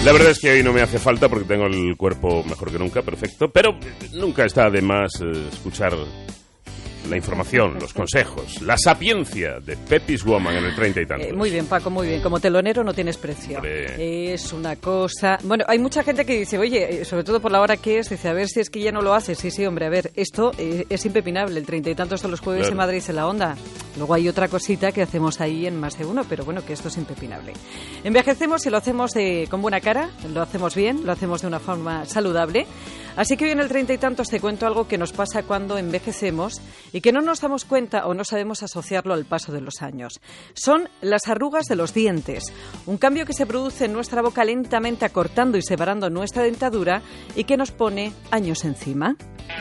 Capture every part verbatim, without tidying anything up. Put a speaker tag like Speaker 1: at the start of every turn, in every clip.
Speaker 1: La verdad es que hoy no me hace falta porque tengo el cuerpo mejor que nunca, perfecto, pero nunca está de más eh, escuchar la información, los consejos, la sapiencia de Peppi's Woman en el treinta y tantos.
Speaker 2: Eh, muy bien, Paco, muy bien. Como telonero no tienes precio. Hombre. Es una cosa... Bueno, hay mucha gente que dice, oye, sobre todo por la hora que es, dice, a ver si es que ya no lo haces. Sí, sí, hombre, a ver, esto eh, es impepinable. El treinta y tantos de los jueves claro. En Madrid en la Onda. Luego hay otra cosita que hacemos ahí en más de uno, pero bueno, que esto es impepinable. Envejecemos y lo hacemos de, con buena cara, lo hacemos bien, lo hacemos de una forma saludable. Así que hoy en el treinta y tantos te cuento algo que nos pasa cuando envejecemos y que no nos damos cuenta o no sabemos asociarlo al paso de los años. Son las arrugas de los dientes, un cambio que se produce en nuestra boca lentamente acortando y separando nuestra dentadura y que nos pone años encima.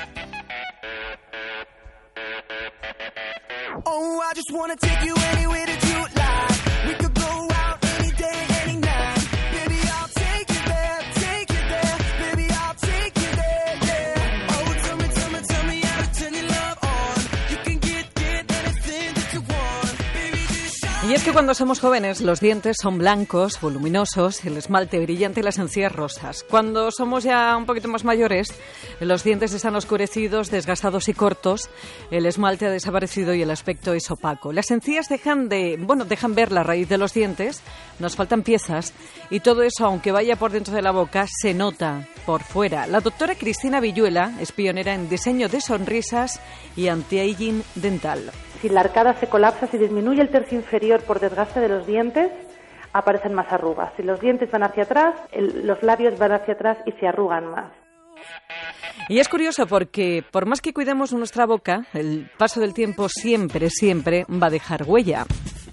Speaker 2: Oh, I just wanna take you anywhere that you like. We could go out any day, any night. Baby, I'll take you there, take you there. Baby, I'll take you there, yeah. Oh, tell me, tell me, tell me how to turn your love on. You can get, get anything that you want. Baby, just... Y es que cuando somos jóvenes los dientes son blancos, voluminosos, el esmalte brillante y las encías rosas. Cuando somos ya un poquito más mayores, los dientes están oscurecidos, desgastados y cortos, el esmalte ha desaparecido y el aspecto es opaco. Las encías dejan de, bueno, dejan ver la raíz de los dientes, nos faltan piezas y todo eso, aunque vaya por dentro de la boca, se nota por fuera. La doctora Cristina Villuela es pionera en diseño de sonrisas y anti-aging dental.
Speaker 3: Si la arcada se colapsa, si disminuye el tercio inferior por desgaste de los dientes, aparecen más arrugas. Si los dientes van hacia atrás, el, los labios van hacia atrás y se arrugan más.
Speaker 2: Y es curioso porque, por más que cuidemos nuestra boca, el paso del tiempo siempre, siempre va a dejar huella.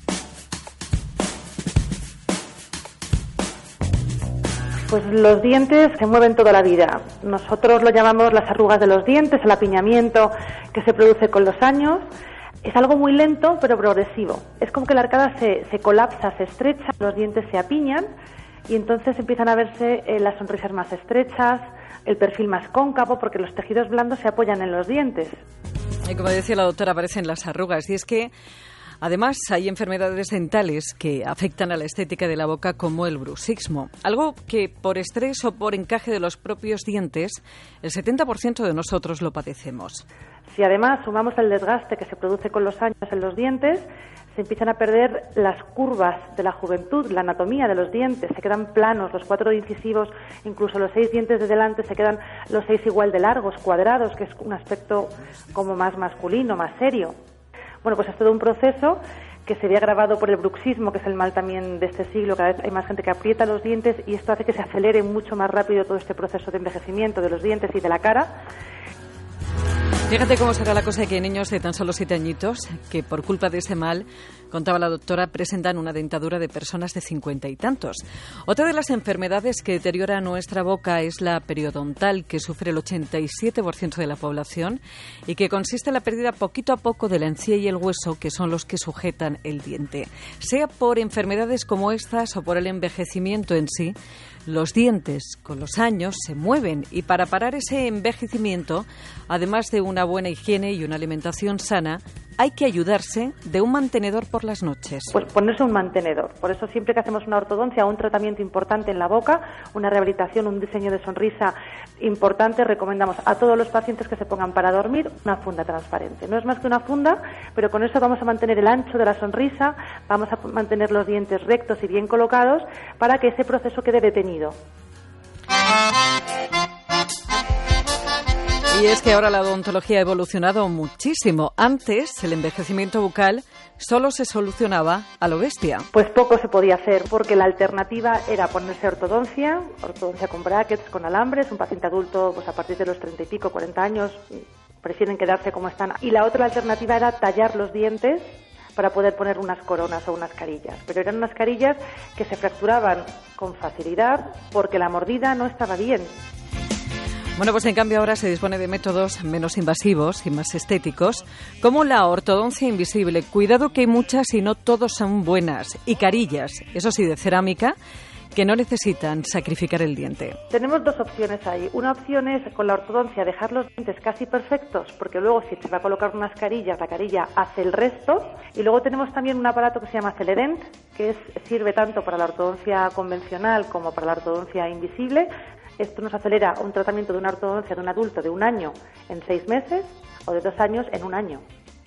Speaker 3: Pues los dientes se mueven toda la vida. Nosotros lo llamamos las arrugas de los dientes, el apiñamiento que se produce con los años. Es algo muy lento, pero progresivo. Es como que la arcada se, se colapsa, se estrecha, los dientes se apiñan y entonces empiezan a verse eh, las sonrisas más estrechas, el perfil más cóncavo, porque los tejidos blandos se apoyan en los dientes.
Speaker 2: Y como decía la doctora, aparecen las arrugas. Y es que, además, hay enfermedades dentales que afectan a la estética de la boca, como el bruxismo. Algo que, por estrés o por encaje de los propios dientes, el setenta por ciento de nosotros lo padecemos.
Speaker 3: Si además sumamos el desgaste que se produce con los años en los dientes, se empiezan a perder las curvas de la juventud, la anatomía de los dientes, se quedan planos, los cuatro incisivos, incluso los seis dientes de delante, se quedan los seis igual de largos, cuadrados, que es un aspecto como más masculino, más serio. Bueno, pues es todo un proceso que se ve agravado por el bruxismo, que es el mal también de este siglo. Cada vez hay más gente que aprieta los dientes y esto hace que se acelere mucho más rápido todo este proceso de envejecimiento de los dientes y de la cara.
Speaker 2: Fíjate cómo será la cosa que hay niños de tan solo siete añitos que por culpa de ese mal, contaba la doctora, presentan una dentadura de personas de cincuenta y tantos. Otra de las enfermedades que deteriora nuestra boca es la periodontal, que sufre el ochenta y siete por ciento de la población y que consiste en la pérdida poquito a poco de la encía y el hueso, que son los que sujetan el diente. Sea por enfermedades como estas o por el envejecimiento en sí, los dientes con los años se mueven y para parar ese envejecimiento, además de una buena higiene y una alimentación sana, hay que ayudarse de un mantenedor por las noches.
Speaker 3: Pues ponerse un mantenedor. Por eso siempre que hacemos una ortodoncia, un tratamiento importante en la boca, una rehabilitación, un diseño de sonrisa importante, recomendamos a todos los pacientes que se pongan para dormir una funda transparente. No es más que una funda, pero con eso vamos a mantener el ancho de la sonrisa, vamos a mantener los dientes rectos y bien colocados para que ese proceso quede detenido.
Speaker 2: Y es que ahora la odontología ha evolucionado muchísimo. Antes, el envejecimiento bucal solo se solucionaba a lo bestia.
Speaker 3: Pues poco se podía hacer, porque la alternativa era ponerse ortodoncia, ortodoncia con brackets, con alambres. Un paciente adulto, pues a partir de los treinta y pico, cuarenta años, prefieren quedarse como están. Y la otra alternativa era tallar los dientes para poder poner unas coronas o unas carillas. Pero eran unas carillas que se fracturaban con facilidad porque la mordida no estaba bien.
Speaker 2: Bueno, pues en cambio ahora se dispone de métodos menos invasivos y más estéticos, como la ortodoncia invisible. Cuidado que hay muchas y no todas son buenas. Y carillas, eso sí, de cerámica,
Speaker 4: que no necesitan sacrificar el diente.
Speaker 3: Tenemos dos opciones ahí. Una opción es con la ortodoncia dejar los dientes casi perfectos, porque luego si se va a colocar unas carillas, la carilla hace el resto. Y luego tenemos también un aparato que se llama Celedent, que es, sirve tanto para la ortodoncia convencional como para la ortodoncia invisible. Esto nos acelera un tratamiento de una ortodoncia de un adulto de un año en seis meses o de dos años en un año.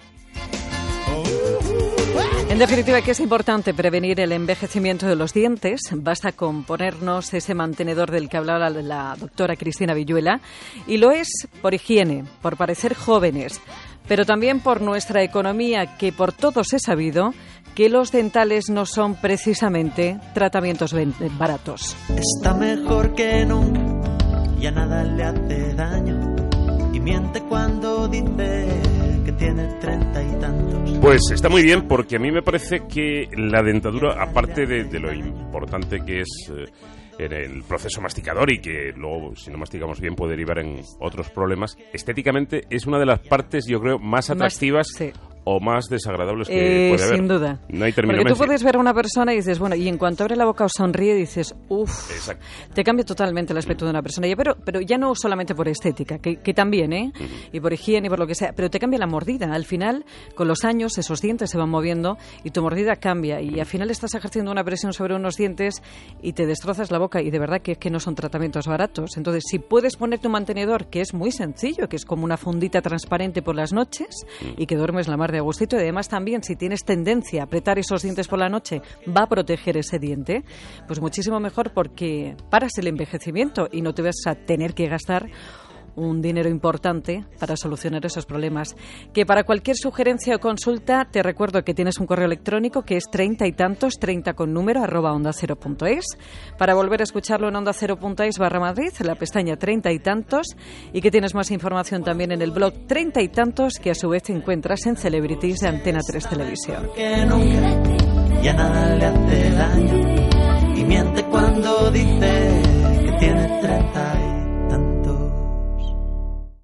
Speaker 4: En definitiva, que es importante prevenir el envejecimiento de los dientes. Basta con ponernos ese mantenedor del que hablaba la, la doctora Cristina Villuela. Y lo es por higiene, por parecer jóvenes, pero también por nuestra economía, que por todos es sabido que los dentales no son precisamente tratamientos baratos.
Speaker 5: Está mejor que nunca, ya nada le hace daño, y miente cuando dice que tiene treinta y tantos.
Speaker 1: Pues está muy bien, porque a mí me parece que la dentadura, aparte de, de lo importante que es eh, en el proceso masticador y que luego, si no masticamos bien, puede derivar en otros problemas, estéticamente es una de las partes, yo creo, más atractivas más, sí. o más desagradables que
Speaker 4: eh,
Speaker 1: puede haber.
Speaker 4: Sin duda.
Speaker 1: No hay término
Speaker 4: Porque tú
Speaker 1: medio.
Speaker 4: puedes ver a una persona y dices, bueno, y en cuanto abre la boca o sonríe, dices, uff, te cambia totalmente el aspecto de una persona. Ya, pero, pero ya no solamente por estética, que, que también, ¿eh? Uh-huh. Y por higiene y por lo que sea, pero te cambia la mordida. Al final, con los años, esos dientes se van moviendo y tu mordida cambia. Y al final estás ejerciendo una presión sobre unos dientes y te destrozas la boca. Y de verdad que, que no son tratamientos baratos. Entonces, si puedes ponerte un mantenedor, que es muy sencillo, que es como una fundita transparente por las noches y que duermes la mar de agustito, y además también si tienes tendencia a apretar esos dientes por la noche, va a proteger ese diente, pues muchísimo mejor, porque paras el envejecimiento y no te vas a tener que gastar un dinero importante para solucionar esos problemas. Que para cualquier sugerencia o consulta te recuerdo que tienes un correo electrónico que es treinta y tantos, treinta con número, arroba onda cero punto es. Para volver a escucharlo en onda cero punto es barra Madrid, en la pestaña treinta y tantos, y que tienes más información también en el blog treinta y tantos, que a su vez te encuentras en Celebrities de Antena tres Televisión.
Speaker 5: Que nunca, ya nada le hace daño, y miente cuando dice que tiene treinta y